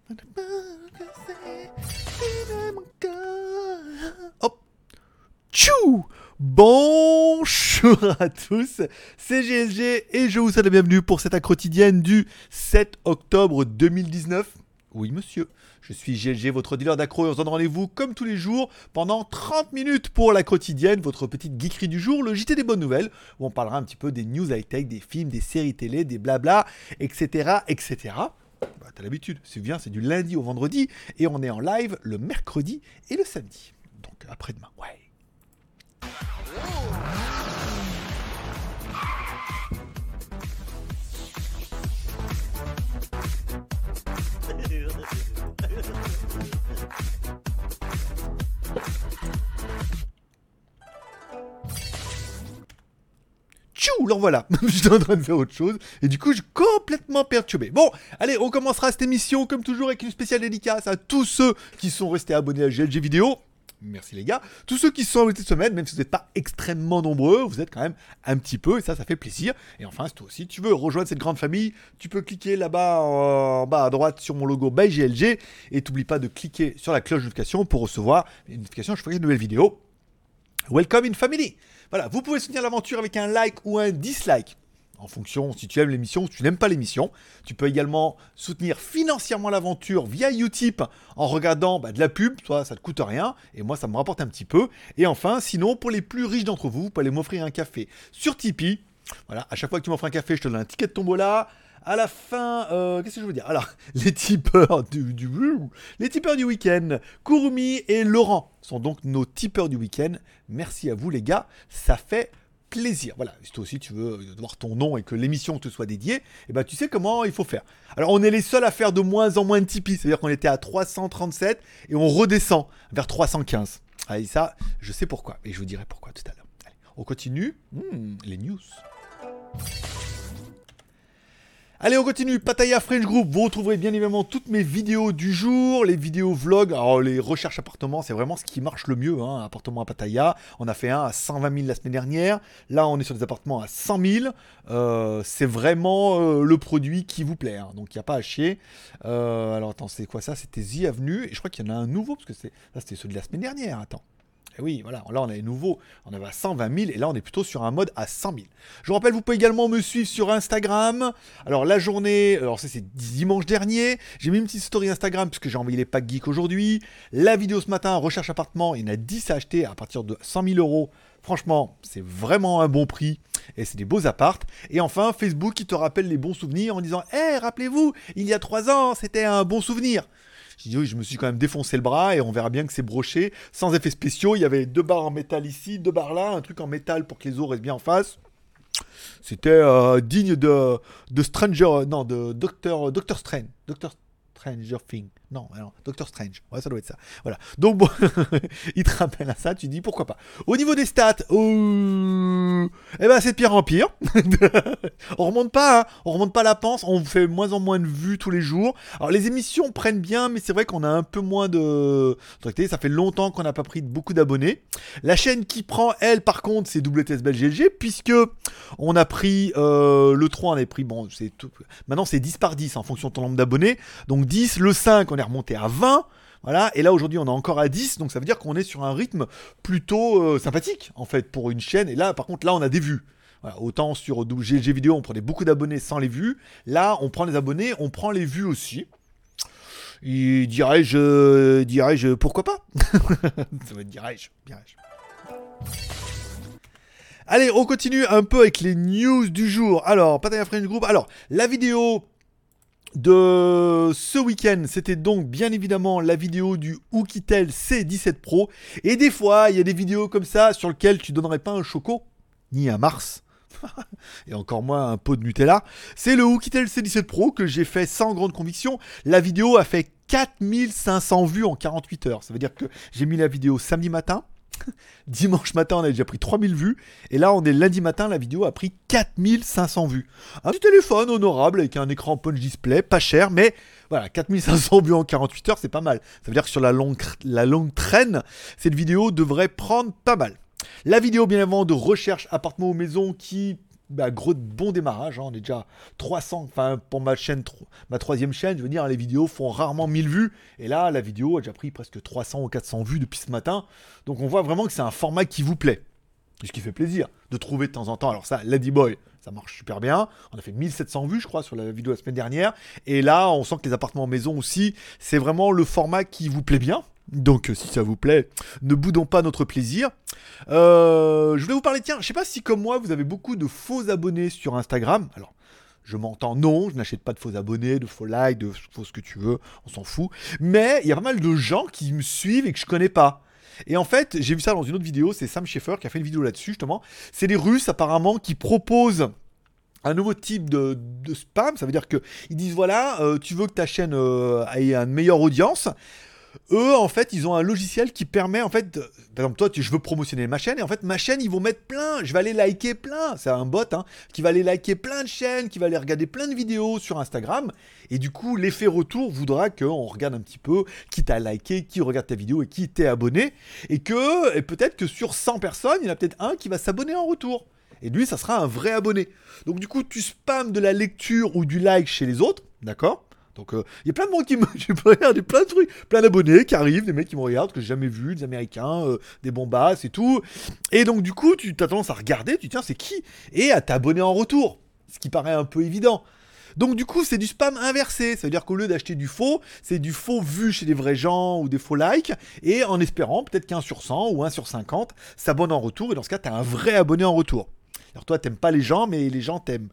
Hop. Tchou. Bonjour à tous, c'est GLG et je vous souhaite la bienvenue pour cette accro quotidienne du 7 octobre 2019. Oui monsieur, je suis GLG, votre dealer d'accro et on se donne rendez-vous comme tous les jours pendant 30 minutes pour la quotidienne, votre petite geekerie du jour, le JT des bonnes nouvelles, où on parlera un petit peu des news high-tech, des films, des séries télé, des blabla, etc. etc. Bah, t'as l'habitude, c'est bien, c'est du lundi au vendredi et on est en live le mercredi et le samedi. Donc après-demain, ouais. Tchou, alors voilà, j'étais en train de faire autre chose et du coup je suis complètement perturbé. Bon, allez, on commencera cette émission comme toujours avec une spéciale dédicace à tous ceux qui sont restés abonnés à GLG Vidéo. Merci les gars. Tous ceux qui se sont abonnés cette semaine, même si vous n'êtes pas extrêmement nombreux, vous êtes quand même un petit peu et ça fait plaisir. Et enfin, si toi aussi tu veux rejoindre cette grande famille, tu peux cliquer là-bas en bas à droite sur mon logo by GLG et t'oublie pas de cliquer sur la cloche de notification pour recevoir une notification je ferai une nouvelle vidéo. Welcome in family. Voilà, vous pouvez soutenir l'aventure avec un like ou un dislike. En fonction, si tu aimes l'émission ou si tu n'aimes pas l'émission. Tu peux également soutenir financièrement l'aventure via Utip en regardant de la pub. Toi, ça ne te coûte rien. Et moi, ça me rapporte un petit peu. Et enfin, sinon, pour les plus riches d'entre vous, vous pouvez aller m'offrir un café sur Tipeee. Voilà, à chaque fois que tu m'offres un café, je te donne un ticket de tombola. À la fin, qu'est-ce que je veux dire ? Alors, les tipeurs du week-end, Kurumi et Laurent sont donc nos tipeurs du week-end. Merci à vous les gars, ça fait plaisir. Voilà, si toi aussi tu veux voir ton nom et que l'émission te soit dédiée, et ben tu sais comment il faut faire. Alors on est les seuls à faire de moins en moins de Tipeee, c'est-à-dire qu'on était à 337 et on redescend vers 315. Allez, ça, je sais pourquoi, et je vous dirai pourquoi tout à l'heure. Allez, on continue. Les news. Allez, on continue. Pattaya French Group. Vous retrouverez bien évidemment toutes mes vidéos du jour, les vidéos vlogs. Alors, les recherches appartements, c'est vraiment ce qui marche le mieux. Appartement à Pattaya. On a fait un à 120 000 la semaine dernière. Là, on est sur des appartements à 100 000. C'est vraiment le produit qui vous plaît. Donc, il n'y a pas à chier. Alors, attends, c'est quoi ça ? C'était The Avenue. Et je crois qu'il y en a un nouveau, parce que ça, c'était celui de la semaine dernière. Attends. Et oui, voilà, là on a les nouveaux, on avait à 120 000 et là on est plutôt sur un mode à 100 000. Je vous rappelle, vous pouvez également me suivre sur Instagram. Alors la journée, alors ça c'est dimanche dernier, j'ai mis une petite story Instagram puisque j'ai envoyé les packs geeks aujourd'hui. La vidéo ce matin, recherche appartement, il y en a 10 à acheter à partir de 100 000 euros. Franchement, c'est vraiment un bon prix et c'est des beaux appartes. Et enfin, Facebook qui te rappelle les bons souvenirs en disant « Hey, rappelez-vous, il y a 3 ans, c'était un bon souvenir ». J'ai dit oui, je me suis quand même défoncé le bras et on verra bien que c'est broché, sans effets spéciaux. Il y avait 2 barres en métal ici, 2 barres là, un truc en métal pour que les os restent bien en face. C'était digne de Stranger, non, de Doctor Strange. Stranger Thing. Non, Doctor Strange. Ouais, ça doit être ça. Voilà. Donc bon, il te rappelle à ça, tu dis pourquoi pas. Au niveau des stats, c'est de pire en pire. On remonte pas la pente, on fait moins en moins de vues tous les jours. Alors les émissions prennent bien, mais c'est vrai qu'on a un peu moins de... Ça fait longtemps qu'on n'a pas pris beaucoup d'abonnés. La chaîne qui prend, elle, par contre, c'est WTS GLG, puisque on a pris le 3, on a pris, bon, c'est tout. Maintenant c'est 10 par 10 en fonction de ton nombre d'abonnés. Donc 10, le 5, on est remonté à 20. Voilà, et là aujourd'hui on est encore à 10, donc ça veut dire qu'on est sur un rythme plutôt sympathique en fait pour une chaîne. Et là par contre là on a des vues. Voilà, autant sur GLG Vidéo on prenait beaucoup d'abonnés sans les vues. Là on prend les abonnés, on prend les vues aussi. Et dirais-je pourquoi pas. Ça va être dirais-je. Allez, on continue un peu avec les news du jour. Alors, Pattaya French Group. Alors, la vidéo de ce week-end, c'était donc bien évidemment la vidéo du Oukitel C17 Pro. Et des fois, il y a des vidéos comme ça sur lesquelles tu donnerais pas un choco, ni un Mars, et encore moins un pot de Nutella. C'est le Oukitel C17 Pro que j'ai fait sans grande conviction. La vidéo a fait 4500 vues en 48 heures. Ça veut dire que j'ai mis la vidéo samedi matin. Dimanche matin, on a déjà pris 3000 vues. Et là, on est lundi matin, la vidéo a pris 4500 vues. Un petit téléphone honorable avec un écran punch display, pas cher, mais voilà, 4500 vues en 48 heures, c'est pas mal. Ça veut dire que sur la longue traîne, cette vidéo devrait prendre pas mal. La vidéo, bien avant, de recherche appartement ou maison qui bah, gros bon démarrage, hein. On est déjà 300, enfin pour ma chaîne, ma troisième chaîne, je veux dire, les vidéos font rarement 1000 vues, et là la vidéo a déjà pris presque 300 ou 400 vues depuis ce matin, donc on voit vraiment que c'est un format qui vous plaît. Ce qui fait plaisir de trouver de temps en temps. Alors ça, Ladyboy, ça marche super bien. On a fait 1700 vues, je crois, sur la vidéo la semaine dernière. Et là, on sent que les appartements maison aussi, c'est vraiment le format qui vous plaît bien. Donc, si ça vous plaît, ne boudons pas notre plaisir. Je voulais vous parler, tiens, je sais pas si comme moi, vous avez beaucoup de faux abonnés sur Instagram. Alors, je m'entends, non, je n'achète pas de faux abonnés, de faux likes, de faux ce que tu veux, on s'en fout. Mais il y a pas mal de gens qui me suivent et que je connais pas. Et en fait, j'ai vu ça dans une autre vidéo, c'est Sam Schaeffer qui a fait une vidéo là-dessus justement. C'est les Russes apparemment qui proposent un nouveau type de spam. Ça veut dire qu'ils disent voilà, tu veux que ta chaîne ait une meilleure audience. Eux, en fait, ils ont un logiciel qui permet, en fait, par exemple, toi, je veux promotionner ma chaîne, et en fait, ma chaîne, ils vont mettre plein, je vais aller liker plein, c'est un bot, hein, qui va aller liker plein de chaînes, qui va aller regarder plein de vidéos sur Instagram, et du coup, l'effet retour voudra qu'on regarde un petit peu qui t'a liké, qui regarde ta vidéo, et qui t'est abonné, et peut-être que sur 100 personnes, il y en a peut-être un qui va s'abonner en retour. Et lui, ça sera un vrai abonné. Donc du coup, tu spams de la lecture ou du like chez les autres, d'accord ? Donc il y a plein de monde qui me... J'ai regardé plein de trucs, plein d'abonnés qui arrivent, des mecs qui me regardent, que j'ai jamais vu, des Américains, des bombasses et tout. Et donc du coup, tu as tendance à regarder, tu te dis tiens, c'est qui ? Et à t'abonner en retour. Ce qui paraît un peu évident. Donc du coup, c'est du spam inversé. Ça veut dire qu'au lieu d'acheter du faux, c'est du faux vu chez des vrais gens ou des faux likes. Et en espérant peut-être qu'un sur 100 ou un sur 50 s'abonne en retour. Et dans ce cas, tu as un vrai abonné en retour. Alors toi, t'aimes pas les gens, mais les gens t'aiment.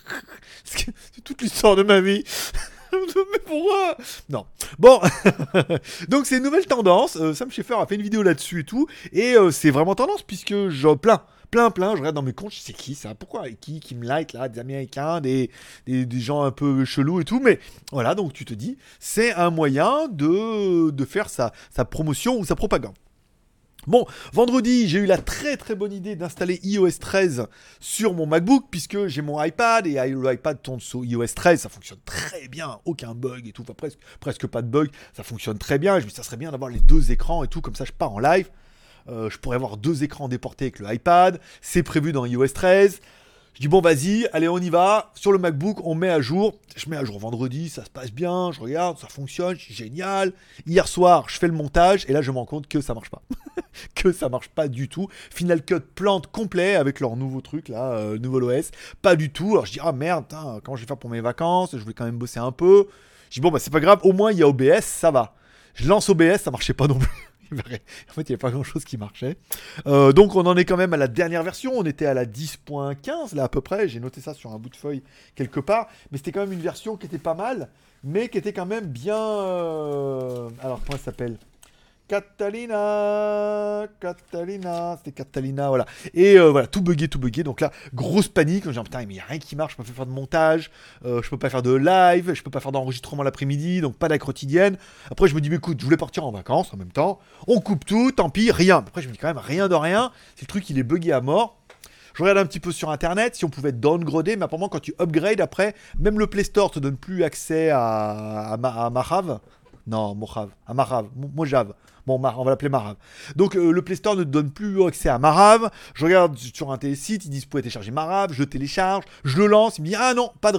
C'est toute l'histoire de ma vie. Mais pourquoi ? Non. Bon, donc c'est une nouvelle tendance. Sam Schaeffer a fait une vidéo là-dessus et tout. Et c'est vraiment tendance puisque je plein. Je regarde dans mes comptes, je sais qui ça, pourquoi, qui me like là, des Américains, des gens un peu chelous et tout. Mais voilà, donc tu te dis, c'est un moyen de faire sa promotion ou sa propagande. Bon, vendredi, j'ai eu la très très bonne idée d'installer iOS 13 sur mon MacBook puisque j'ai mon iPad et l'iPad tourne sur iOS 13, ça fonctionne très bien, aucun bug et tout, enfin presque pas de bug, ça fonctionne très bien. Et je me dis ça serait bien d'avoir les deux écrans et tout, comme ça je pars en live. Je pourrais avoir deux écrans déportés avec le iPad, c'est prévu dans iOS 13. Je dis bon vas-y, allez on y va, sur le MacBook on met à jour, je mets à jour vendredi, ça se passe bien, je regarde, ça fonctionne, c'est génial. Hier soir je fais le montage et là je me rends compte que ça marche pas, que ça marche pas du tout. Final Cut plante complet avec leur nouveau truc là, nouveau OS, pas du tout. Alors je dis ah merde, comment je vais faire pour mes vacances, je voulais quand même bosser un peu. Je dis bon bah c'est pas grave, au moins il y a OBS, ça va. Je lance OBS, ça marchait pas non plus. En fait, il n'y avait pas grand chose qui marchait. Donc, on en est quand même à la dernière version. On était à la 10.15, là, à peu près. J'ai noté ça sur un bout de feuille quelque part. Mais c'était quand même une version qui était pas mal, mais qui était quand même bien. Alors, comment elle s'appelle ? Catalina, c'était Catalina, voilà. Et voilà, tout bugué. Donc là, grosse panique. Je me dis, putain, mais il n'y a rien qui marche, je peux pas faire de montage, je peux pas faire de live, je peux pas faire d'enregistrement l'après-midi, donc pas d'acte quotidienne. Après, je me dis, mais écoute, je voulais partir en vacances en même temps. On coupe tout, tant pis, rien. Après, je me dis quand même, rien de rien. C'est le truc, il est bugué à mort. Je regarde un petit peu sur internet si on pouvait downgrader, mais apparemment, quand tu upgrades après, même le Play Store te donne plus accès à Mojave. Non, Mojave, à Mojave. Bon, on va l'appeler Marav. Donc, le Play Store ne te donne plus accès à Marav. Je regarde sur un site, ils disent, vous pouvez télécharger Marav. Je télécharge, je le lance. Il me dit, ah non, pas de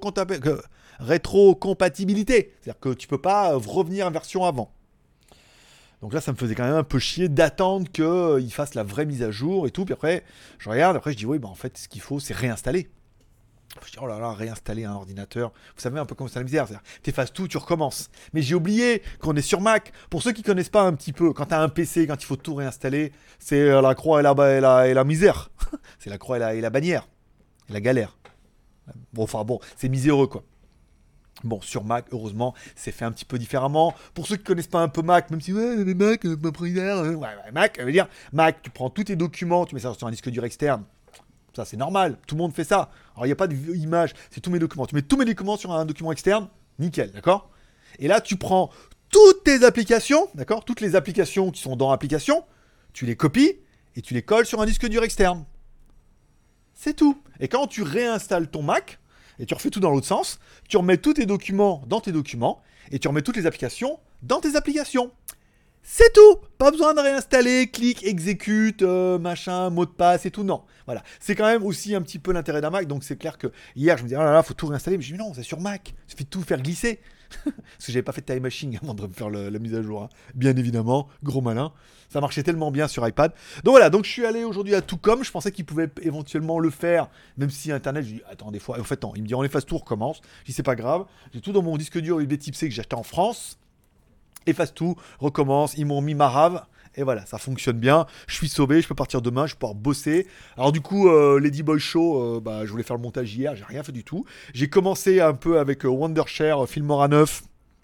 rétrocompatibilité. C'est-à-dire que tu peux pas revenir à version avant. Donc là, ça me faisait quand même un peu chier d'attendre qu'il fasse la vraie mise à jour et tout. Puis après, je regarde, après je dis, oui, bah en fait, ce qu'il faut, c'est réinstaller. Je dis, oh là là, réinstaller un ordinateur. Vous savez un peu comment c'est la misère. Tu effaces tout, tu recommences. Mais j'ai oublié qu'on est sur Mac. Pour ceux qui ne connaissent pas un petit peu, quand tu as un PC, quand il faut tout réinstaller, c'est la croix et la misère. C'est la croix et la bannière. Et la galère. Bon, enfin bon, c'est miséreux quoi. Bon, sur Mac, heureusement, c'est fait un petit peu différemment. Pour ceux qui connaissent pas un peu Mac, même si, ouais, mais Mac, ma primaire, Mac, ça veut dire, Mac, tu prends tous tes documents, tu mets ça sur un disque dur externe. Ça, c'est normal. Tout le monde fait ça. Alors, il n'y a pas d'image. C'est tous mes documents. Tu mets tous mes documents sur un document externe. Nickel, d'accord ? Et là, tu prends toutes tes applications, d'accord ? Toutes les applications qui sont dans l'application, tu les copies et tu les colles sur un disque dur externe. C'est tout. Et quand tu réinstalles ton Mac, et tu refais tout dans l'autre sens, tu remets tous tes documents dans tes documents, et tu remets toutes les applications dans tes applications. C'est tout. Pas besoin de réinstaller, clic, exécute, machin, mot de passe et tout. Non. Voilà. C'est quand même aussi un petit peu l'intérêt d'un Mac. Donc c'est clair que hier, je me disais, oh là là, faut tout réinstaller. Mais je me dis, non, c'est sur Mac. Il suffit de tout faire glisser. Parce que j'avais pas fait de time machine avant de me faire la mise à jour. Hein. Bien évidemment, gros malin. Ça marchait tellement bien sur iPad. Donc voilà, donc je suis allé aujourd'hui à Toucom. Je pensais qu'il pouvait éventuellement le faire, même si Internet, je dis, attends, des fois, en fait, non. Il me dit, on efface tout, recommence. Je dis, c'est pas grave. J'ai tout dans mon disque dur USB Type C que j'ai acheté en France. Efface tout, recommence. Ils m'ont mis ma rave. Et voilà, ça fonctionne bien. Je suis sauvé, je peux partir demain, je vais pouvoir bosser. Alors du coup, Lady Boy Show, je voulais faire le montage hier, j'ai rien fait du tout. J'ai commencé un peu avec Wondershare, Filmora 9.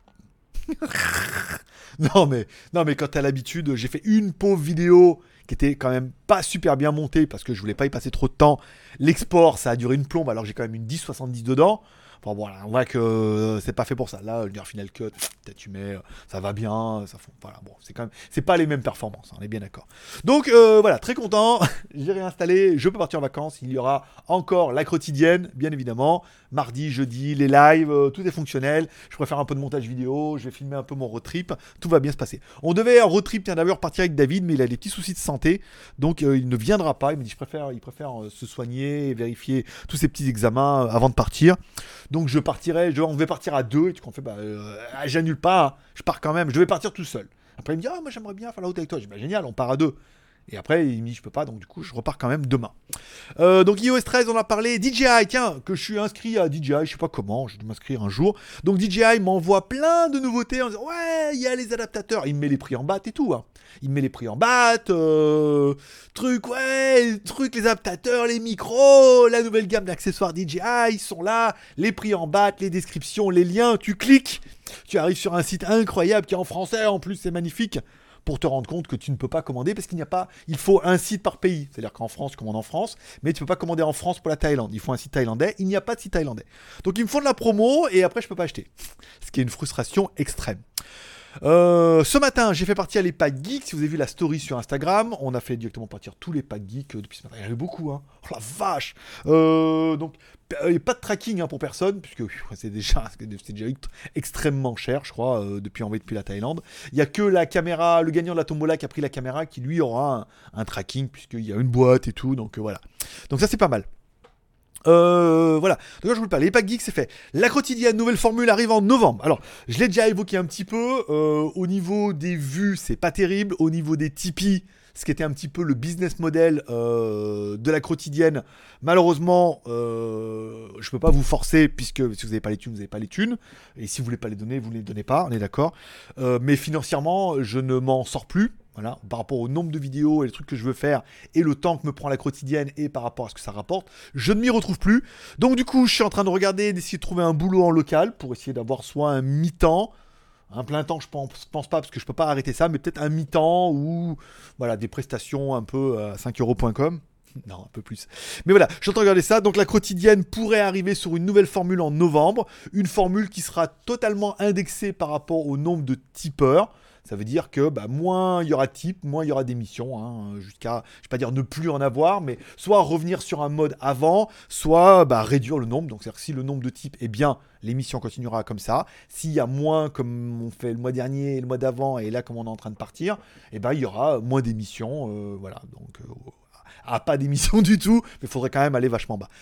non mais quand t'as l'habitude, j'ai fait une pauvre vidéo qui était quand même pas super bien montée parce que je voulais pas y passer trop de temps. L'export, ça a duré une plombe, alors j'ai quand même une 1070 dedans. Enfin voilà, on voit que c'est pas fait pour ça. Là, le Final Cut, peut-être tu mets, ça va bien, voilà, bon, c'est quand même, c'est pas les mêmes performances, hein, on est bien d'accord. Donc voilà, très content, j'ai réinstallé, je peux partir en vacances. Il y aura encore la quotidienne, bien évidemment, mardi, jeudi, les lives, tout est fonctionnel. Je pourrais faire un peu de montage vidéo, je vais filmer un peu mon road trip, tout va bien se passer. On devait un road trip, tiens d'ailleurs, partir avec David, mais il a des petits soucis de santé, donc il ne viendra pas. Il me dit, il préfère se soigner et vérifier tous ces petits examens avant de partir. Donc je partirai, on devait partir à deux, et tu qu'on fait, j'annule pas, hein, je pars quand même, je vais partir tout seul. Après il me dit, moi j'aimerais bien faire la route avec toi. Je dis, génial, on part à deux. Et après il me dit, je peux pas, donc du coup je repars quand même demain. Donc iOS 13, on a parlé. DJI, tiens, que je suis inscrit à DJI, je sais pas comment, je vais m'inscrire un jour. Donc DJI m'envoie plein de nouveautés en disant, ouais, il y a les adaptateurs. Il me met les prix en batte et tout, hein. Il me met les prix en batte, les adaptateurs, les micros, la nouvelle gamme d'accessoires DJI, ils sont là, les prix en batte, les descriptions, les liens, tu cliques, tu arrives sur un site incroyable qui est en français, en plus c'est magnifique, pour te rendre compte que tu ne peux pas commander parce qu'il n'y a pas, il faut un site par pays, c'est-à-dire qu'en France, tu commandes en France, mais tu peux pas commander en France pour la Thaïlande, il faut un site thaïlandais, il n'y a pas de site thaïlandais. Donc ils me font de la promo et après je peux pas acheter, ce qui est une frustration extrême. Ce matin, j'ai fait partir les packs geeks. Si vous avez vu la story sur Instagram, on a fait directement partir tous les packs geeks depuis ce matin. Il y en avait beaucoup, hein. Oh la vache. Donc, pas de tracking hein, pour personne, puisque c'est déjà extrêmement cher, je crois, depuis envoyé depuis la Thaïlande. Il n'y a que la caméra, le gagnant de la tombola qui a pris la caméra, qui lui aura un tracking, puisqu'il y a une boîte et tout. Donc voilà. Donc ça, c'est pas mal. Voilà, donc là je vous le parle, les packs geeks c'est fait. La quotidienne nouvelle formule arrive en novembre. Alors, je l'ai déjà évoqué un petit peu. Au niveau des vues, c'est pas terrible. Au niveau des Tipeee, ce qui était un petit peu le business model de la quotidienne, malheureusement, je peux pas vous forcer puisque si vous n'avez pas les thunes, vous n'avez pas les thunes. Et si vous voulez pas les donner, vous ne les donnez pas, on est d'accord. Mais financièrement, je ne m'en sors plus. Voilà, par rapport au nombre de vidéos et les trucs que je veux faire et le temps que me prend la quotidienne et par rapport à ce que ça rapporte, je ne m'y retrouve plus. Donc du coup, je suis en train de regarder, d'essayer de trouver un boulot en local pour essayer d'avoir soit un mi-temps, un plein temps, je pense pas parce que je peux pas arrêter ça, mais peut-être un mi-temps ou voilà, des prestations un peu à 5€.com. Non, un peu plus. Mais voilà, je suis en train de regarder ça. Donc la quotidienne pourrait arriver sur une nouvelle formule en novembre. Une formule qui sera totalement indexée par rapport au nombre de tipeurs. Ça veut dire que moins il y aura de types, moins il y aura d'émissions, hein, jusqu'à, je ne vais pas dire ne plus en avoir, mais soit revenir sur un mode avant, soit réduire le nombre. Donc c'est-à-dire que si le nombre de types est bien, l'émission continuera comme ça. S'il y a moins, comme on fait le mois dernier, le mois d'avant, et là comme on est en train de partir, il y aura moins d'émissions. Voilà, donc... pas d'émission du tout, mais il faudrait quand même aller vachement bas.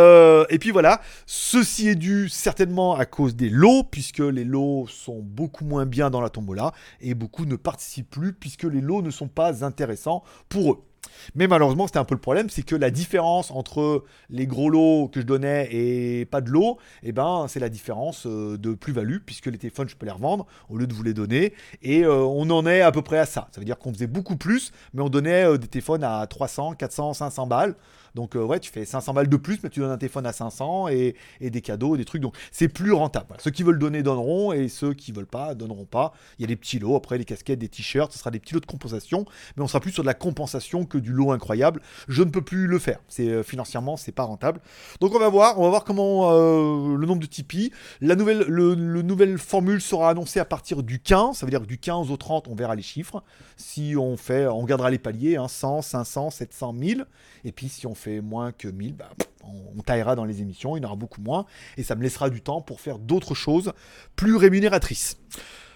Et puis voilà, ceci est dû certainement à cause des lots, puisque les lots sont beaucoup moins bien dans la tombola, et beaucoup ne participent plus, puisque les lots ne sont pas intéressants pour eux. Mais malheureusement, c'était un peu le problème, c'est que la différence entre les gros lots que je donnais et pas de lots, c'est la différence de plus-value, puisque les téléphones, je peux les revendre au lieu de vous les donner, et on en est à peu près à ça. Ça veut dire qu'on faisait beaucoup plus, mais on donnait des téléphones à 300, 400, 500 balles. Donc tu fais 500 balles de plus, mais tu donnes un téléphone à 500 et des cadeaux, des trucs. Donc c'est plus rentable. Voilà. Ceux qui veulent donner donneront et ceux qui veulent pas donneront pas. Il y a des petits lots, après les casquettes, des t-shirts, ce sera des petits lots de compensation, mais on sera plus sur de la compensation que du lot incroyable. Je ne peux plus le faire. Financièrement, c'est pas rentable. Donc on va voir comment le nombre de Tipeee. La nouvelle formule sera annoncée à partir du 15. Ça veut dire que du 15 au 30, on verra les chiffres. Si on gardera les paliers, 100, 500, 700, 1000. Et puis si on fait moins que 1000, on taillera dans les émissions, il y en aura beaucoup moins, et ça me laissera du temps pour faire d'autres choses plus rémunératrices.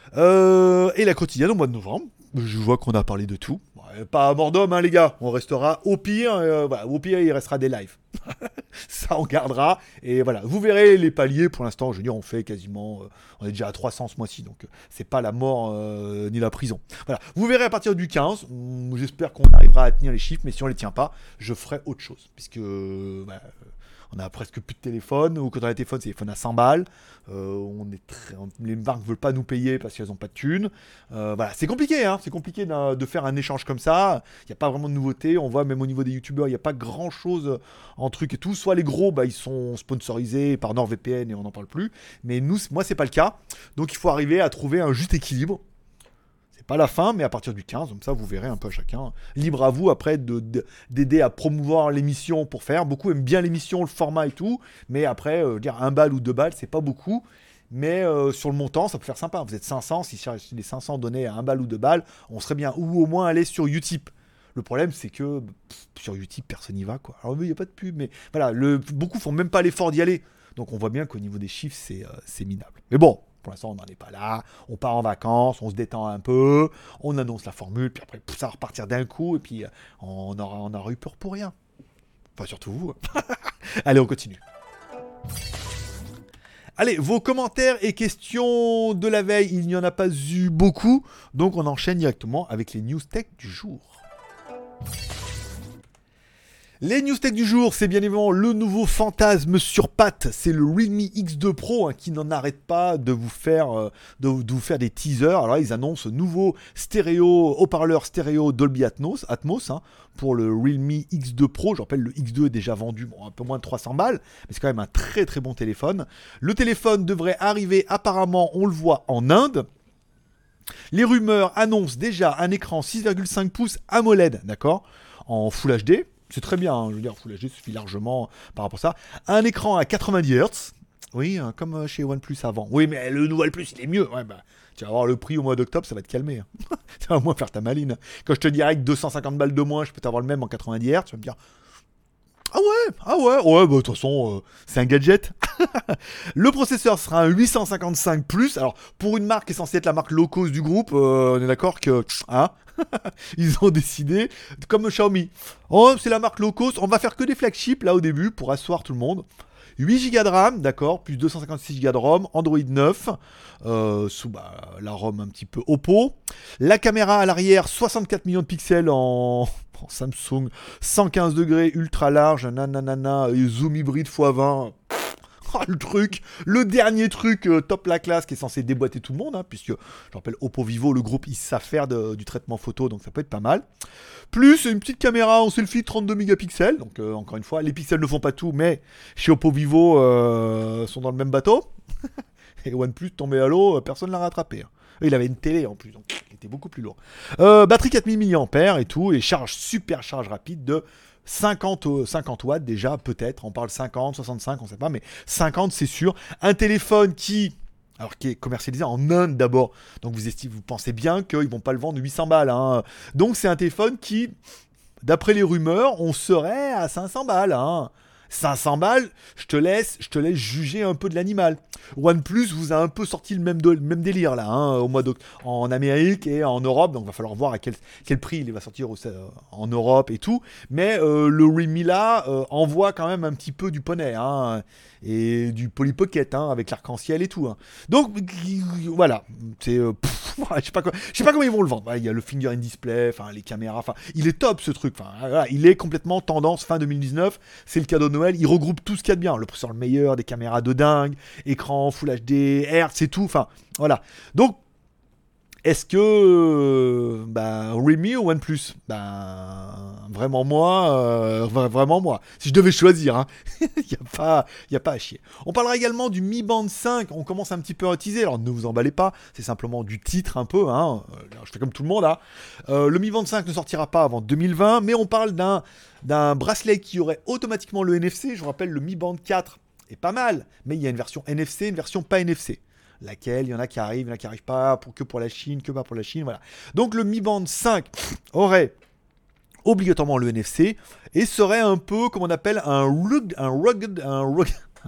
Et la quotidienne au mois de novembre. Je vois qu'on a parlé de tout. Ouais, pas à mort d'homme, hein, les gars. On restera au pire. Voilà, au pire, il restera des lives. Ça, on gardera. Et voilà, vous verrez les paliers. Pour l'instant, je veux dire, on fait quasiment. On est déjà à 300 ce mois-ci. Donc, c'est pas la mort ni la prison. Voilà. Vous verrez à partir du 15. J'espère qu'on arrivera à tenir les chiffres. Mais si on les tient pas, je ferai autre chose. Puisque. Bah, on a presque plus de téléphone, ou quand on a un téléphone, c'est des téléphones à 100 balles. Les marques ne veulent pas nous payer parce qu'elles n'ont pas de thunes. Voilà, c'est compliqué, hein. C'est compliqué de faire un échange comme ça. Il n'y a pas vraiment de nouveauté. On voit même au niveau des youtubeurs, il n'y a pas grand chose en truc et tout. Soit les gros, bah, ils sont sponsorisés par NordVPN et on n'en parle plus. Mais nous, moi, c'est pas le cas. Donc il faut arriver à trouver un juste équilibre. Pas la fin, mais à partir du 15, comme ça vous verrez un peu chacun. Libre à vous après d'aider à promouvoir l'émission pour faire. Beaucoup aiment bien l'émission, le format et tout, mais après, dire 1 balle ou 2 balles, c'est pas beaucoup. Mais sur le montant, ça peut faire sympa. Vous êtes 500, si les 500 donnaient à 1 balle ou 2 balles, on serait bien. Ou au moins aller sur Utip. Le problème, c'est que sur Utip, personne n'y va, quoi. Alors, il n'y a pas de pub, mais voilà, beaucoup font même pas l'effort d'y aller. Donc on voit bien qu'au niveau des chiffres, c'est minable. Mais bon, pour l'instant, on n'en est pas là. On part en vacances, on se détend un peu, on annonce la formule, puis après, ça va repartir d'un coup, et puis on aura eu peur pour rien. Enfin, surtout vous. Allez, on continue. Allez, vos commentaires et questions de la veille, il n'y en a pas eu beaucoup, donc on enchaîne directement avec les news tech du jour. Les news tech du jour, c'est bien évidemment le nouveau fantasme sur pattes, c'est le Realme X2 Pro qui n'en arrête pas de vous faire des teasers. Alors là, ils annoncent nouveau haut-parleur stéréo Dolby Atmos pour le Realme X2 Pro. Je rappelle, le X2 est déjà vendu un peu moins de 300 balles, mais c'est quand même un très très bon téléphone. Le téléphone devrait arriver apparemment, on le voit, en Inde. Les rumeurs annoncent déjà un écran 6,5 pouces AMOLED, d'accord, en Full HD. C'est très bien, hein, je veux dire, Full HD suffit largement par rapport à ça. Un écran à 90 Hz. Oui, comme chez OnePlus avant. Oui, mais le nouveau OnePlus, il est mieux. Ouais, bah, tu vas voir le prix au mois d'octobre, ça va te calmer. Hein. Tu vas au moins faire ta maline. Quand je te dirais que 250 balles de moins, je peux t'avoir le même en 90 Hz, tu vas me dire... ouais, bah de toute façon, c'est un gadget. Le processeur sera un 855+. Alors, pour une marque qui est censée être la marque low cost du groupe, on est d'accord que... Hein, ils ont décidé, comme Xiaomi. Oh, c'est la marque low cost, on va faire que des flagships là au début pour asseoir tout le monde. 8 Go de RAM, d'accord, plus 256 Go de ROM, Android 9, sous la ROM un petit peu Oppo. La caméra à l'arrière, 64 millions de pixels en Samsung, 115 degrés, ultra large, nanana, zoom hybride x20. Oh, le dernier truc top la classe qui est censé déboîter tout le monde, hein, puisque, je rappelle, Oppo Vivo, le groupe, ils savent faire du traitement photo, donc ça peut être pas mal. Plus une petite caméra en selfie 32 mégapixels, donc encore une fois, les pixels ne font pas tout, mais chez Oppo Vivo, sont dans le même bateau. Et OnePlus tombé à l'eau, personne ne l'a rattrapé. Hein. Il avait une télé en plus, donc il était beaucoup plus lourd. Batterie 4000 mAh et tout, et super charge rapide de 50 watts déjà, peut-être. On parle 50, 65, on sait pas, mais 50 c'est sûr. Un téléphone qui est commercialisé en Inde d'abord. Donc vous pensez bien qu'ils vont pas le vendre 800 balles. Hein. Donc c'est un téléphone qui, d'après les rumeurs, on serait à 500 balles. Hein. 500 balles, je te laisse juger un peu de l'animal. OnePlus vous a un peu sorti le même délire là, hein, au mois en Amérique et en Europe, donc il va falloir voir à quel prix il va sortir en Europe et tout. Mais le Realme là envoie quand même un petit peu du poney, hein, et du Poly Pocket, hein, avec l'arc-en-ciel et tout. Hein. Donc voilà, c'est je sais pas comment ils vont le vendre. Il y a le finger in display, enfin les caméras, enfin il est top ce truc. Enfin voilà, il est complètement tendance fin 2019. C'est le cadeau de Noël. Il regroupe tout ce qu'il y a de bien. Le processeur le meilleur, des caméras de dingue, écran Full HD, Hertz, c'est tout. Enfin voilà. Donc est-ce que Realme ou OnePlus? Vraiment moi. Si je devais choisir, hein, il y a pas à chier. On parlera également du Mi Band 5. On commence un petit peu à teaser. Alors ne vous emballez pas, c'est simplement du titre un peu. Hein. Je fais comme tout le monde là. Le Mi Band 5 ne sortira pas avant 2020, mais on parle d'un bracelet qui aurait automatiquement le NFC. Je vous rappelle, le Mi Band 4 est pas mal, mais il y a une version NFC, une version pas NFC. Laquelle, il y en a qui arrivent, il y en a qui n'arrivent pas, que pour la Chine, que pas pour la Chine, voilà. Donc le Mi Band 5 aurait obligatoirement le NFC et serait un peu, comme on appelle, un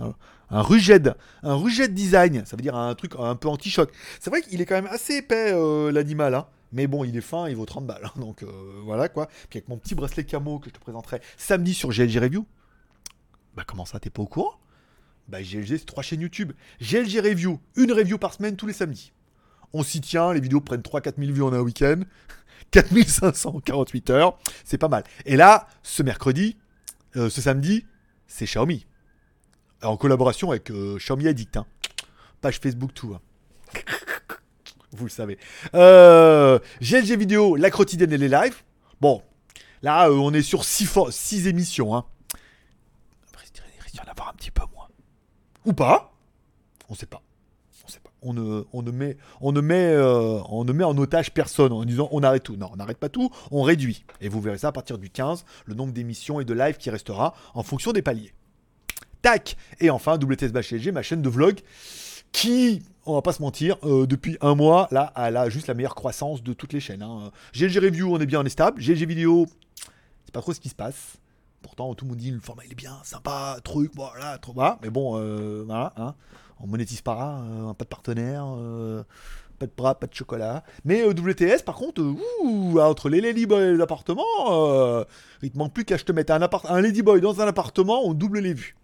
Un Ruged. Un Ruged design. Ça veut dire un truc un peu anti-choc. C'est vrai qu'il est quand même assez épais, l'animal. Hein. Mais bon, il est fin, il vaut 30 balles. Hein. Donc voilà quoi. Puis avec mon petit bracelet camo que je te présenterai samedi sur GLG Review. Bah comment ça, t'es pas au courant? Bah GLG, c'est 3 chaînes YouTube. GLG Review, une review par semaine tous les samedis. On s'y tient, les vidéos prennent 3-4 000 vues en un week-end. 4548 heures, c'est pas mal. Et là, ce mercredi, ce samedi, c'est Xiaomi. En collaboration avec Xiaomi Addict. Hein. Page Facebook, tout. Hein. Vous le savez. GLG Vidéo, la quotidienne et les lives. Bon, là, on est sur 6 émissions. Hein. Il risque d'y en avoir un petit peu moins. Ou pas. On sait pas. On ne met en otage personne en disant on arrête tout. Non, on n'arrête pas tout, on réduit. Et vous verrez ça à partir du 15, le nombre d'émissions et de lives qui restera en fonction des paliers. Tac. Et enfin, WTS/LG, ma chaîne de vlog, qui, on va pas se mentir, depuis un mois, là, elle a juste la meilleure croissance de toutes les chaînes. Hein. GLG Review, on est bien, on est stable. GLG Vidéo, c'est pas trop ce qui se passe. Pourtant, tout le monde dit le format il est bien, sympa, truc, voilà, trop bas. Mais bon, voilà, hein. On monétise pas, pas de partenaire, pas de bras, pas de chocolat. Mais WTS, par contre, entre les Ladyboy et les appartements, il te manque plus qu'à je te mette un Ladyboy dans un appartement, on double les vues.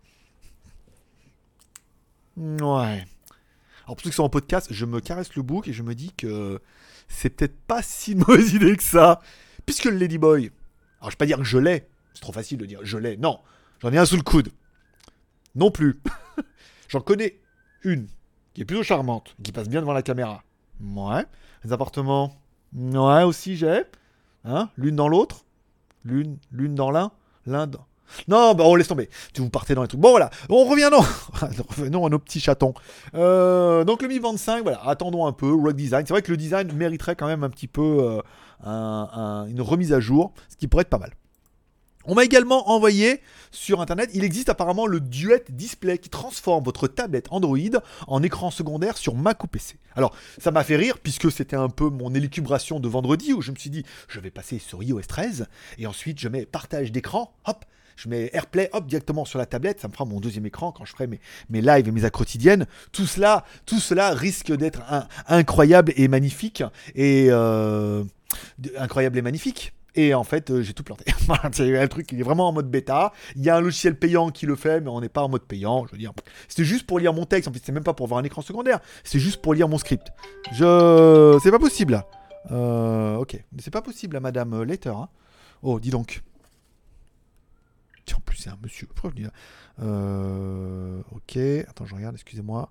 Ouais. Alors pour ceux qui sont en podcast, je me caresse le bouc et je me dis que c'est peut-être pas si une mauvaise idée que ça. Puisque le Ladyboy, alors je vais pas dire que je l'ai, c'est trop facile de dire je l'ai, non. J'en ai un sous le coude. Non plus. J'en connais une qui est plutôt charmante, qui passe bien devant la caméra. Ouais. Les appartements, ouais, aussi j'ai. Hein, l'une dans l'autre. L'une dans l'un. L'un dans... Non, bah on laisse tomber. Tu vous partez dans les trucs. Bon voilà, on revient revenons à nos petits chatons. Donc le Mi 25, voilà, attendons un peu. Rock Design, c'est vrai que le design mériterait quand même un petit peu une remise à jour, ce qui pourrait être pas mal. On m'a également envoyé sur internet, il existe apparemment le Duet Display qui transforme votre tablette Android en écran secondaire sur Mac ou PC. Alors ça m'a fait rire puisque c'était un peu mon élucubration de vendredi où je me suis dit je vais passer sur iOS 13 et ensuite je mets partage d'écran, hop, je mets AirPlay, hop, directement sur la tablette, ça me fera mon deuxième écran quand je ferai mes lives et mes actes quotidiennes. Tout cela risque d'être incroyable et magnifique incroyable et magnifique. Et en fait, j'ai tout planté. C'est un truc qui est vraiment en mode bêta. Il y a un logiciel payant qui le fait, mais on n'est pas en mode payant. Je veux dire, c'était juste pour lire mon texte. En fait, c'est même pas pour avoir un écran secondaire. C'est juste pour lire mon script. C'est pas possible là. Ok, c'est pas possible là, Madame Letter. Hein. Oh, dis donc. Tiens, en plus c'est un monsieur. Pourquoi je dis là ok, attends, je regarde. Excusez-moi.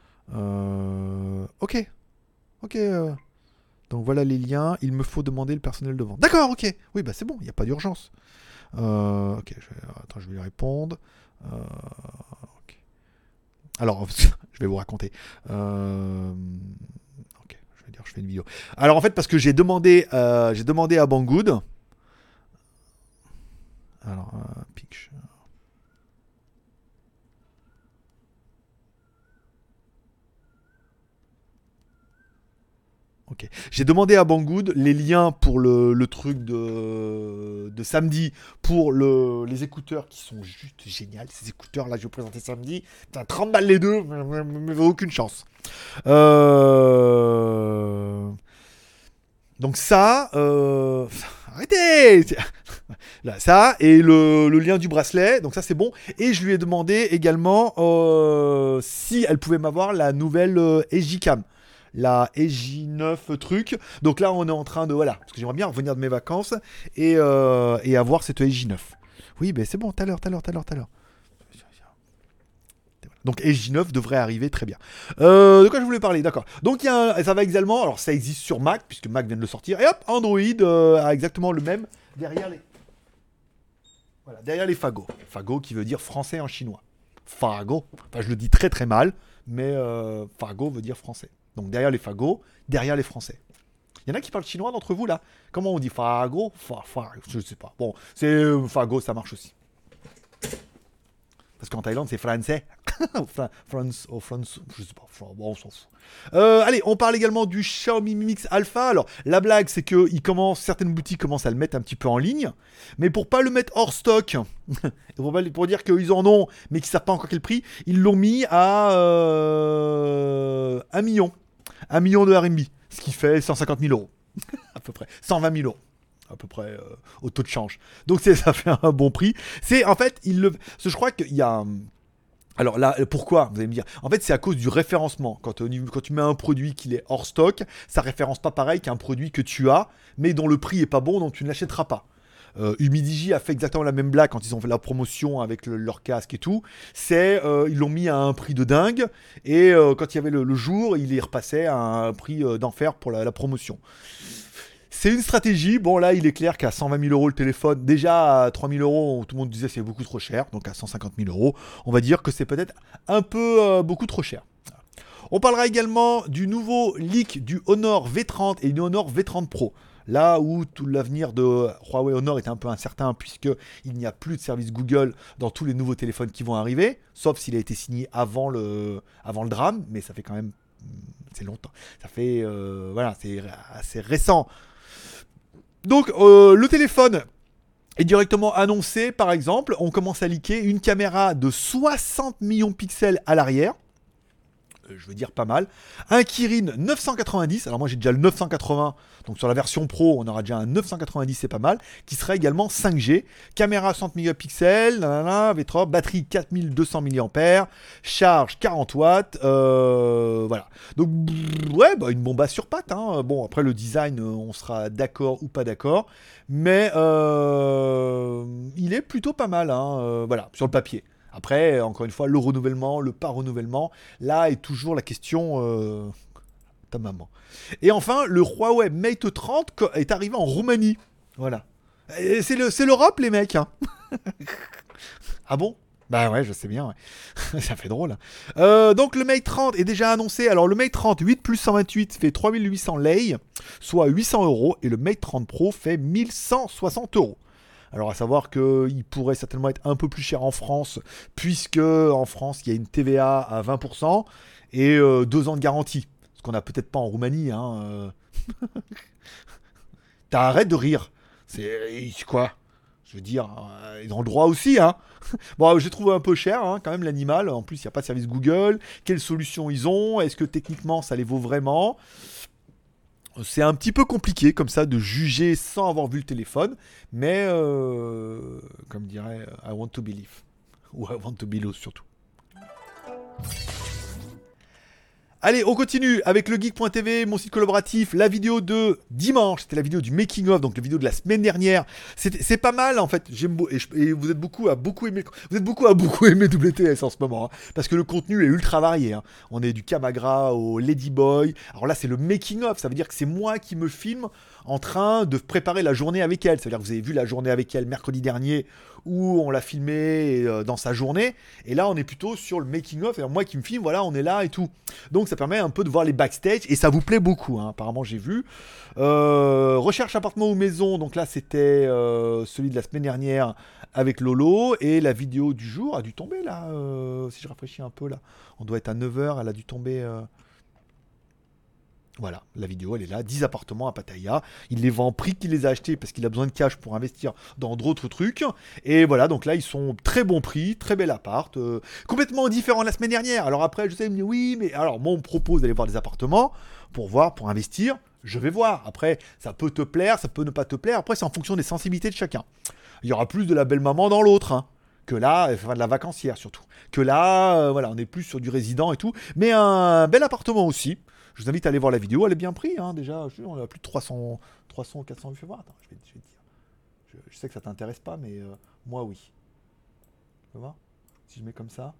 Ok. Donc voilà les liens, il me faut demander le personnel de vente. D'accord, ok. Oui, bah c'est bon, il n'y a pas d'urgence. Ok, je vais lui répondre. Okay. Alors, je vais vous raconter. Ok, je vais dire, je fais une vidéo. Alors en fait, parce que j'ai demandé à Banggood. Alors, pitch. Ok. J'ai demandé à Banggood les liens pour le truc de samedi pour les écouteurs qui sont juste géniaux. Ces écouteurs là, je vais vous présenter samedi. Putain, 30 balles les deux, mais aucune chance. Donc ça, arrêtez. Là, ça et le lien du bracelet. Donc ça c'est bon. Et je lui ai demandé également si elle pouvait m'avoir la nouvelle EJCam. La EJ9 truc. Donc là, on est en train de... Voilà, parce que j'aimerais bien revenir de mes vacances et avoir cette EJ9. Oui, ben c'est bon, tout à l'heure. Donc EJ9 devrait arriver très bien. De quoi je voulais parler, d'accord. Donc ça va également... Alors ça existe sur Mac, puisque Mac vient de le sortir. Et hop, Android a exactement le même derrière les... Voilà, derrière les fagots. Fagot qui veut dire français en chinois. Fagot. Enfin, je le dis très très mal, mais fagot veut dire français. Donc derrière les fagots, derrière les Français. Il y en a qui parlent chinois d'entre vous là. Comment on dit fagot? Je sais pas. Bon, c'est fagot, ça marche aussi. Parce qu'en Thaïlande, c'est français. France, je sais pas. Bon, on s'en fout. Allez, on parle également du Xiaomi Mi Mix Alpha. Alors, la blague, c'est que certaines boutiques commencent à le mettre un petit peu en ligne. Mais pour pas le mettre hors stock, pour dire qu'ils en ont, mais qu'ils savent pas encore quel prix, ils l'ont mis à 1 million. 1 million de RMB. Ce qui fait 150 000 euros. À peu près. 120 000 euros. À peu près au taux de change. Donc ça fait un bon prix. C'est en fait, je crois qu'il y a. Alors là, pourquoi vous allez me dire? En fait, c'est à cause du référencement. Quand tu mets un produit qui est hors stock, ça référence pas pareil qu'un produit que tu as, mais dont le prix est pas bon, donc tu ne l'achèteras pas. Humidigi a fait exactement la même blague quand ils ont fait la promotion avec leur casque et tout. Ils l'ont mis à un prix de dingue, et quand il y avait le jour, il les repassait à un prix d'enfer pour la promotion. C'est une stratégie. Bon, là, il est clair qu'à 120 000 euros le téléphone, déjà à 3 000 euros, tout le monde disait c'est beaucoup trop cher. Donc à 150 000 euros, on va dire que c'est peut-être un peu beaucoup trop cher. On parlera également du nouveau leak du Honor V30 et du Honor V30 Pro. Là où tout l'avenir de Huawei Honor est un peu incertain, puisqu'il n'y a plus de service Google dans tous les nouveaux téléphones qui vont arriver, sauf s'il a été signé avant le drame, mais ça fait quand même. C'est longtemps. Ça fait. Voilà, c'est assez récent. Donc, le téléphone est directement annoncé, par exemple, on commence à leaker une caméra de 60 millions de pixels à l'arrière. Je veux dire pas mal. Un Kirin 990, alors moi j'ai déjà le 980, donc sur la version Pro, on aura déjà un 990, c'est pas mal, qui sera également 5G. Caméra 60 mégapixels, V3, batterie 4200 mAh, charge 40 watts, voilà. Donc, ouais, une bombasse sur pattes, hein. Bon, après le design, on sera d'accord ou pas d'accord, mais il est plutôt pas mal, hein, voilà, sur le papier. Après, encore une fois, le renouvellement, le pas renouvellement, là est toujours la question ta maman. Et enfin, le Huawei Mate 30 est arrivé en Roumanie. Voilà. Et c'est l'Europe, les mecs. Hein. Ah bon? Bah ouais, je sais bien. Ouais. Ça fait drôle. Donc le Mate 30 est déjà annoncé. Alors le Mate 30 8 plus 128 fait 3800 lei, soit 800 euros. Et le Mate 30 Pro fait 1160 euros. Alors à savoir qu'il pourrait certainement être un peu plus cher en France, puisque en France il y a une TVA à 20% et 2 ans de garantie. Ce qu'on n'a peut-être pas en Roumanie. Hein. T'arrêtes de rire. C'est quoi? Je veux dire, ils ont le droit aussi. Hein. Bon, j'ai trouvé un peu cher quand même l'animal. En plus, il n'y a pas de service Google. Quelles solutions ils ont? Est-ce que techniquement ça les vaut vraiment? C'est un petit peu compliqué comme ça de juger sans avoir vu le téléphone, mais comme dirait I want to believe, ou I want to believe surtout. Allez, on continue avec le geek.tv, mon site collaboratif, la vidéo de dimanche, c'était la vidéo du making of, donc la vidéo de la semaine dernière. C'est pas mal en fait. Et vous êtes beaucoup à beaucoup aimer WTS en ce moment, hein, parce que le contenu est ultra varié. Hein. On est du Kamagra au Ladyboy. Alors là, c'est le making of, ça veut dire que c'est moi qui me filme en train de préparer la journée avec elle. Ça veut dire que vous avez vu la journée avec elle mercredi dernier où on l'a filmé dans sa journée. Et là, on est plutôt sur le making-of. C'est-à-dire moi qui me filme, voilà, on est là et tout. Donc, ça permet un peu de voir les backstage. Et ça vous plaît beaucoup, hein, apparemment, j'ai vu. Recherche appartement ou maison. Donc là, c'était celui de la semaine dernière avec Lolo. Et la vidéo du jour a dû tomber, là. Si je rafraîchis un peu, là. On doit être à 9h. Elle a dû tomber... Voilà, la vidéo elle est là, 10 appartements à Pattaya, il les vend prix qu'il les a achetés parce qu'il a besoin de cash pour investir dans d'autres trucs, et voilà, donc là ils sont très bon prix, très bel appart, complètement différent de la semaine dernière. Alors après je sais, il me dit oui, mais alors moi on me propose d'aller voir des appartements pour voir, pour investir, je vais voir, après ça peut te plaire, ça peut ne pas te plaire, après c'est en fonction des sensibilités de chacun. Il y aura plus de la belle maman dans l'autre, hein. Que là, enfin de la vacancière surtout, que là, voilà, on est plus sur du résident et tout, mais un bel appartement aussi. Je vous invite à aller voir la vidéo, elle est bien prise, hein, déjà. On a plus de 300 400 vues. Attends, je vais te dire. Je sais que ça t'intéresse pas, mais moi, oui. Tu peux voir? Si je mets comme ça.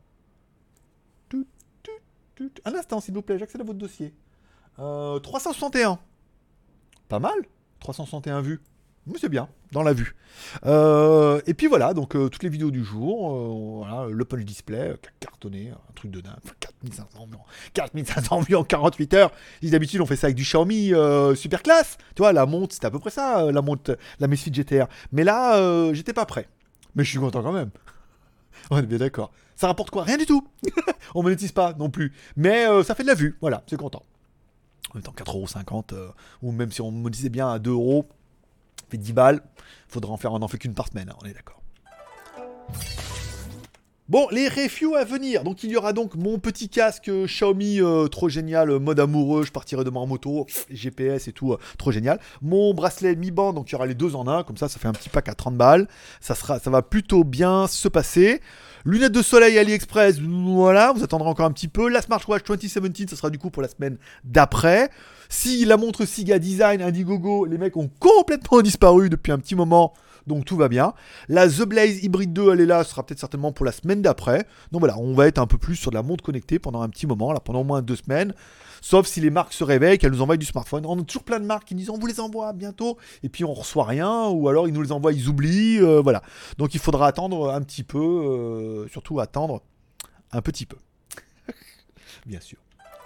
Un instant, s'il vous plaît, j'accède à votre dossier. 361. Pas mal, 361 vues. Mais c'est bien, dans la vue. Et puis voilà, donc toutes les vidéos du jour, voilà, le punch display, cartonné, un truc de dingue, 4500 vues en 48 heures. D'habitude, on fait ça avec du Xiaomi super classe. Tu vois, la montre, c'était à peu près ça, la montre, la Mesfit GTR. Mais là, j'étais pas prêt. Mais je suis content quand même. On est bien d'accord. Ça rapporte quoi? Rien du tout. On monétise pas non plus. Mais ça fait de la vue. Voilà, c'est content. En même temps, 4,50 €, ou même si on monétisait bien à 2 €, ça fait 10 balles. Faudra on en fait qu'une par semaine, hein, on est d'accord. Bon, les reviews à venir. Donc, il y aura donc mon petit casque Xiaomi, trop génial, mode amoureux. Je partirai demain en moto, GPS et tout, trop génial. Mon bracelet Mi Band, donc il y aura les deux en un. Comme ça fait un petit pack à 30 balles. Ça va plutôt bien se passer. Lunettes de soleil AliExpress, voilà, vous attendrez encore un petit peu. La Smartwatch 2017, ça sera du coup pour la semaine d'après. Si la montre Siga Design, Indiegogo, les mecs ont complètement disparu depuis un petit moment. Donc tout va bien. La The Blaze Hybrid 2, elle est là, ce sera peut-être certainement pour la semaine d'après. Donc voilà, on va être un peu plus sur de la montre connectée pendant un petit moment, là, pendant au moins 2 semaines. Sauf si les marques se réveillent, qu'elles nous envoient du smartphone. On a toujours plein de marques qui disent on vous les envoie bientôt, et puis on reçoit rien, ou alors ils nous les envoient, ils oublient, voilà. Donc il faudra attendre un petit peu, surtout attendre un petit peu. Bien sûr.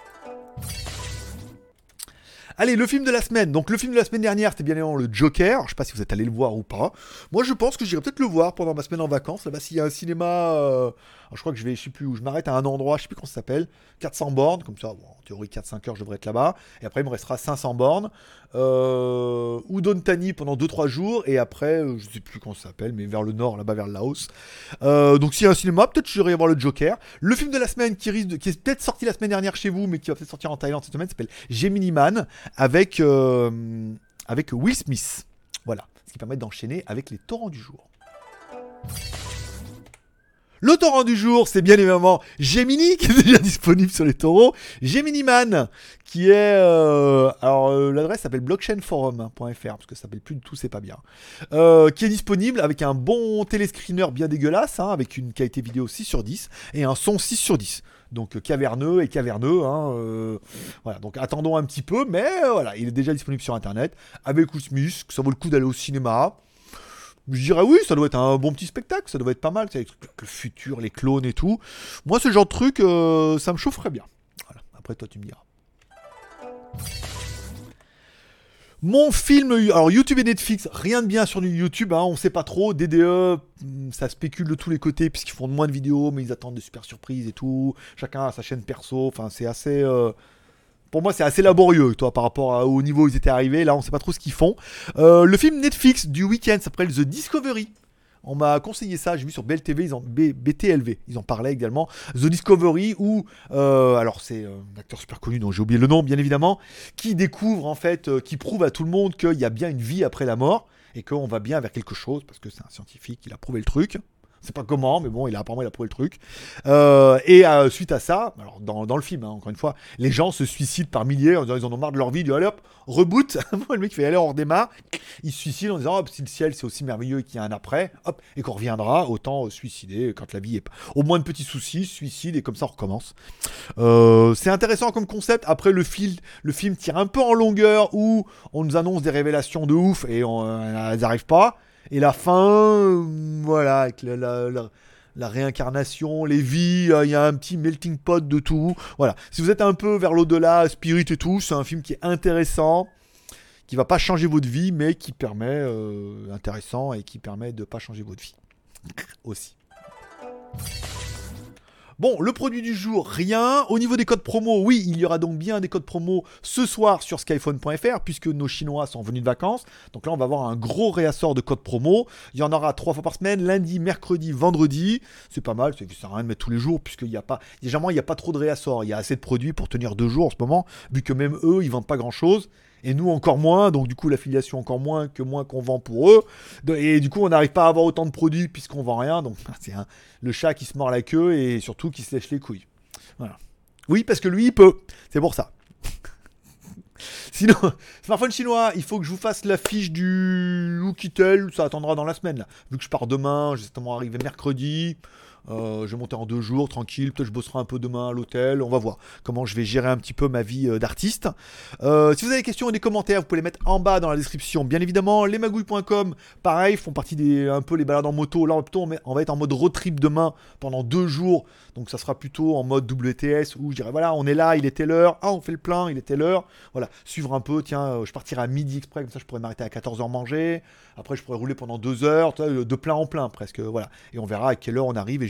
Allez, le film de la semaine. Donc le film de la semaine dernière, c'était bien évidemment le Joker. Je sais pas si vous êtes allé le voir ou pas. Moi, je pense que j'irai peut-être le voir pendant ma semaine en vacances. Là-bas, s'il y a un cinéma, je crois que je sais plus où. Je m'arrête à un endroit, je sais plus comment ça s'appelle. 400 bornes, comme ça. Bon, en théorie, 4-5 heures, je devrais être là-bas. Et après, il me restera 500 bornes. Udon Thani pendant 2-3 jours. Et après, je sais plus comment ça s'appelle, mais vers le nord, là-bas, vers le Laos. Donc s'il y a un cinéma, peut-être que j'irai voir le Joker. Le film de la semaine qui est peut-être sorti la semaine dernière chez vous, mais qui va peut-être sortir en Thaïlande cette semaine, s'appelle Gemini Man, avec Will Smith. Voilà, ce qui permet d'enchaîner avec les torrents du jour. Le torrent du jour, c'est bien évidemment Gemini, qui est déjà disponible sur les taureaux. Gemini Man, qui est... l'adresse s'appelle blockchainforum.fr, parce que ça s'appelle plus du tout, c'est pas bien. Qui est disponible avec un bon téléscreener bien dégueulasse, hein, avec une qualité vidéo 6/10 et un son 6/10. Donc caverneux, voilà, donc attendons un petit peu, mais voilà, il est déjà disponible sur internet, avec Will Smith, que ça vaut le coup d'aller au cinéma. Je dirais oui, ça doit être un bon petit spectacle, ça doit être pas mal, avec le futur, les clones et tout. Moi, ce genre de truc, ça me chaufferait bien. Voilà. Après, toi, tu me diras. Mon film, alors YouTube et Netflix, rien de bien sur YouTube, hein, on sait pas trop. DDE, ça spécule de tous les côtés puisqu'ils font de moins de vidéos, mais ils attendent des super surprises et tout. Chacun a sa chaîne perso, enfin c'est assez... Pour moi, c'est assez laborieux, toi, par rapport au niveau où ils étaient arrivés. Là, on sait pas trop ce qu'ils font. Le film Netflix du week-end s'appelle The Discovery. On m'a conseillé ça, j'ai vu sur BLTV, BTLV, ils en parlaient également. The Discovery, où, alors c'est un acteur super connu dont j'ai oublié le nom, bien évidemment, qui découvre, en fait, qui prouve à tout le monde qu'il y a bien une vie après la mort, et qu'on va bien vers quelque chose, parce que c'est un scientifique, il a prouvé le truc. C'est pas comment, mais bon, apparemment il a prouvé le truc. Suite à ça, alors dans le film, hein, encore une fois, les gens se suicident par milliers en disant ils en ont marre de leur vie, ils disent allez hop, reboot. Le mec fait allez, on redémarre. Il se suicide en disant hop, si le ciel c'est aussi merveilleux et qu'il y a un après, hop, et qu'on reviendra, autant suicider quand la vie est au moins de petits soucis, suicide et comme ça on recommence. C'est intéressant comme concept. Après le film tire un peu en longueur où on nous annonce des révélations de ouf et elles n'arrivent pas. Et la fin, voilà, avec la réincarnation, les vies, il y a un petit melting pot de tout. Voilà, si vous êtes un peu vers l'au-delà, spirit et tout, c'est un film qui est intéressant, qui va pas changer votre vie, mais qui permet, intéressant et qui permet de pas changer votre vie aussi. Bon, le produit du jour, rien. Au niveau des codes promo, oui, il y aura donc bien des codes promo ce soir sur skyphone.fr, puisque nos Chinois sont venus de vacances. Donc là, on va avoir un gros réassort de codes promo. Il y en aura 3 fois par semaine, lundi, mercredi, vendredi. C'est pas mal, ça sert à rien de mettre tous les jours, puisqu'il n'y a pas... Généralement, il n'y a pas trop de réassort. Il y a assez de produits pour tenir 2 jours en ce moment, vu que même eux, ils vendent pas grand-chose. Et nous encore moins, donc du coup l'affiliation encore moins qu'on vend pour eux. Et du coup on n'arrive pas à avoir autant de produits puisqu'on vend rien. Donc c'est le chat qui se mord la queue et surtout qui se lèche les couilles. Voilà. Oui, parce que lui il peut. C'est pour ça. Sinon, smartphone chinois, il faut que je vous fasse la fiche du Oukitel. Ça attendra dans la semaine là. Vu que je pars demain, j'ai certainement arrivé mercredi. Je vais monter en 2 jours, tranquille. Peut-être je bosserai un peu demain à l'hôtel. On va voir comment je vais gérer un petit peu ma vie d'artiste. Si vous avez des questions et des commentaires, vous pouvez les mettre en bas dans la description. Bien évidemment, lesmagouilles.com, pareil, font partie un peu les balades en moto. Là, plutôt, on va être en mode road trip demain pendant 2 jours. Donc, ça sera plutôt en mode WTS où je dirais voilà, on est là, il était l'heure. Ah, on fait le plein, il était l'heure. Voilà, suivre un peu. Tiens, je partirai à midi exprès, comme ça, je pourrais m'arrêter à 14h manger. Après, je pourrais rouler pendant 2 heures, de plein en plein presque. Voilà, et on verra à quelle heure on arrive et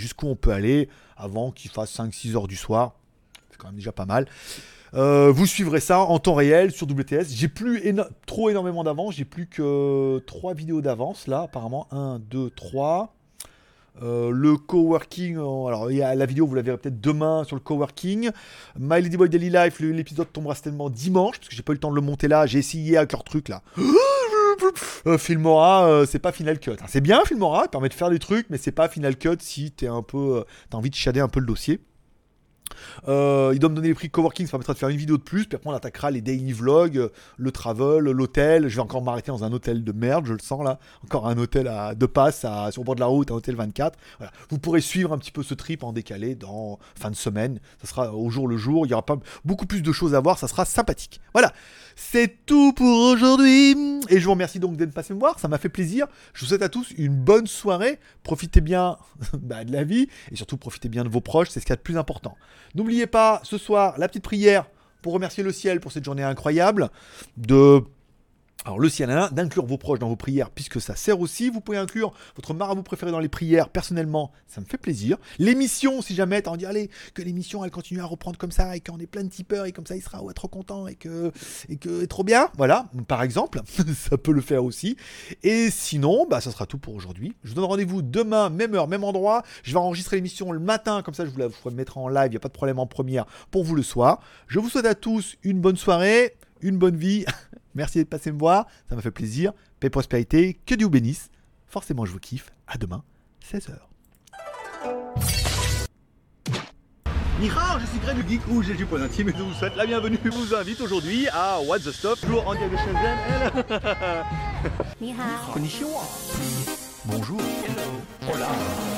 jusqu'où on peut aller avant qu'il fasse 5-6 heures du soir. C'est quand même déjà pas mal. Vous suivrez ça en temps réel sur WTS. J'ai plus trop énormément d'avance. J'ai plus que 3 vidéos d'avance là, apparemment. 1, 2, 3. Le coworking, alors il y a la vidéo, vous la verrez peut-être demain sur le coworking. My Ladyboy Daily Life, l'épisode tombera certainement dimanche parce que j'ai pas eu le temps de le monter là. J'ai essayé avec leur truc là. Filmora, c'est pas Final Cut. C'est bien Filmora, il permet de faire des trucs, mais c'est pas Final Cut si t'es un peu, t'as envie de shader un peu le dossier. Il doit me donner les prix coworking, ça permettra de faire une vidéo de plus, puis après on attaquera les daily vlogs, le travel, l'hôtel. Je vais encore m'arrêter dans un hôtel de merde, je le sens là, encore un hôtel de passe sur le bord de la route, un hôtel 24. Voilà. Vous pourrez suivre un petit peu ce trip en décalé dans fin de semaine, ça sera au jour le jour, il y aura pas beaucoup plus de choses à voir, ça sera sympathique. Voilà, c'est tout pour aujourd'hui, et je vous remercie donc d'être passé me voir, ça m'a fait plaisir. Je vous souhaite à tous une bonne soirée, profitez bien de la vie, et surtout profitez bien de vos proches, c'est ce qu'il y a de plus important. N'oubliez pas, ce soir, la petite prière pour remercier le ciel pour cette journée incroyable. Alors le ciel, d'inclure vos proches dans vos prières, puisque ça sert aussi. Vous pouvez inclure votre marabout préféré dans les prières. Personnellement, ça me fait plaisir. L'émission, si jamais, on dit, allez, que l'émission, elle continue à reprendre comme ça, et qu'on est plein de tipeurs, et comme ça, il sera trop content, et que trop bien. Voilà, par exemple, ça peut le faire aussi. Et sinon, ça sera tout pour aujourd'hui. Je vous donne rendez-vous demain, même heure, même endroit. Je vais enregistrer l'émission le matin, comme ça, je vous la mettrai en live, il n'y a pas de problème en première pour vous le soir. Je vous souhaite à tous une bonne soirée, une bonne vie. Merci d'être passé me voir, ça m'a fait plaisir. Paix et prospérité, que Dieu vous bénisse. Forcément, je vous kiffe. À demain, 16h. Ni hao, je suis Greg le Geek Rouge et du Point Intime et je vous souhaite la bienvenue. Je vous invite aujourd'hui à What the Stuff, toujours en direct de Shenzhen. Ni hao. Konnichiwa. Bonjour. Hello. Hola.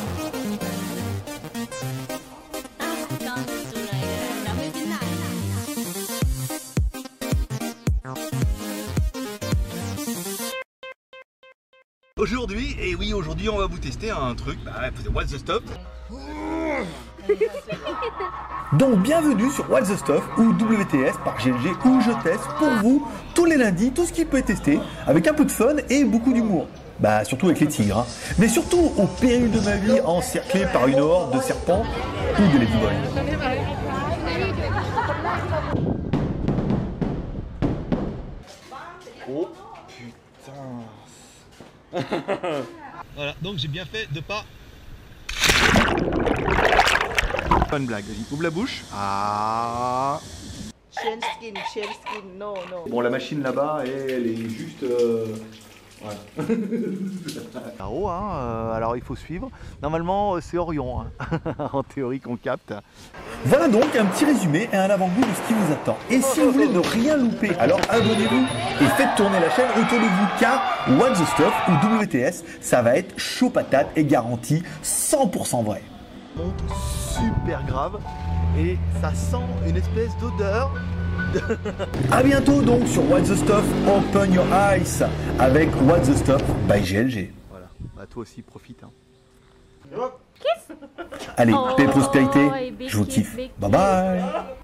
Aujourd'hui, et oui, aujourd'hui on va vous tester un truc, What's the Stuff. Donc bienvenue sur What's the Stuff ou WTS par GLG où je teste pour vous tous les lundis tout ce qui peut être testé avec un peu de fun et beaucoup d'humour. Surtout avec les tigres, hein. Mais surtout au péril de ma vie encerclé par une horde de serpents ou de ladyboys. Oh putain. Voilà, donc j'ai bien fait de pas... Pas une blague, vas-y, ouvre la bouche. Ah. Change skin, no. Bon, la machine là-bas, elle est juste... Ouais. Là-haut, alors il faut suivre. Normalement, c'est Orion, en théorie qu'on capte. Voilà donc un petit résumé et un avant-goût de ce qui vous attend. Et si vous voulez ne rien louper, alors abonnez-vous et faites tourner la chaîne autour de vous car What the Stuff ou WTS, ça va être chaud patate et garanti 100% vrai. Monte super grave et ça sent une espèce d'odeur. A bientôt donc sur What the Stuff, Open Your Eyes avec What the Stuff by GLG. Voilà, toi aussi profite. Allez, paix et prospérité, je vous kiffe. Bye bye.